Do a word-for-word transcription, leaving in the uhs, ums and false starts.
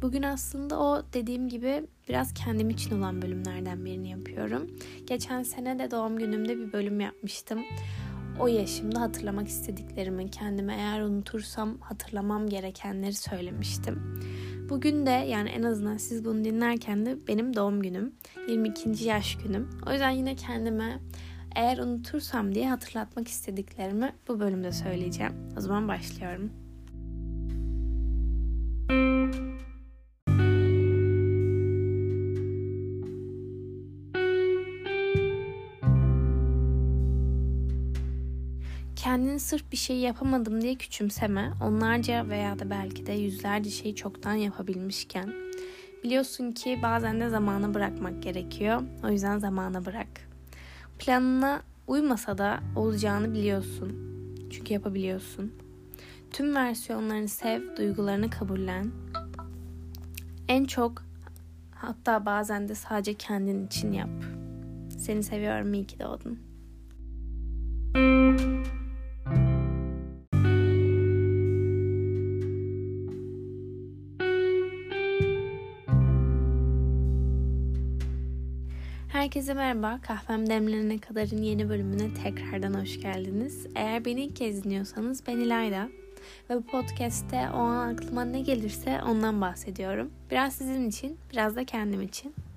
Bugün aslında o dediğim gibi biraz kendim için olan bölümlerden birini yapıyorum. Geçen sene de doğum günümde bir bölüm yapmıştım. O yaşımda hatırlamak istediklerimi, kendime eğer unutursam hatırlamam gerekenleri söylemiştim. Bugün de yani en azından siz bunu dinlerken de benim doğum günüm. yirmi ikinci yaş günüm. O yüzden yine kendime eğer unutursam diye hatırlatmak istediklerimi bu bölümde söyleyeceğim. O zaman başlıyorum. Kendini sırf bir şey yapamadım diye küçümseme. Onlarca veya da belki de yüzlerce şeyi çoktan yapabilmişken. Biliyorsun ki bazen de zamana bırakmak gerekiyor. O yüzden zamana bırak. Planına uymasa da olacağını biliyorsun. Çünkü yapabiliyorsun. Tüm versiyonlarını sev, duygularını kabullen. En çok, hatta bazen de sadece kendin için yap. Seni seviyorum, iyi ki doğdun. Herkese merhaba. Kahvem demlenene kadarın yeni bölümüne tekrardan hoş geldiniz. Eğer beni ilk kez dinliyorsanız ben İlayda ve bu podcast'te o an aklıma ne gelirse ondan bahsediyorum. Biraz sizin için, biraz da kendim için.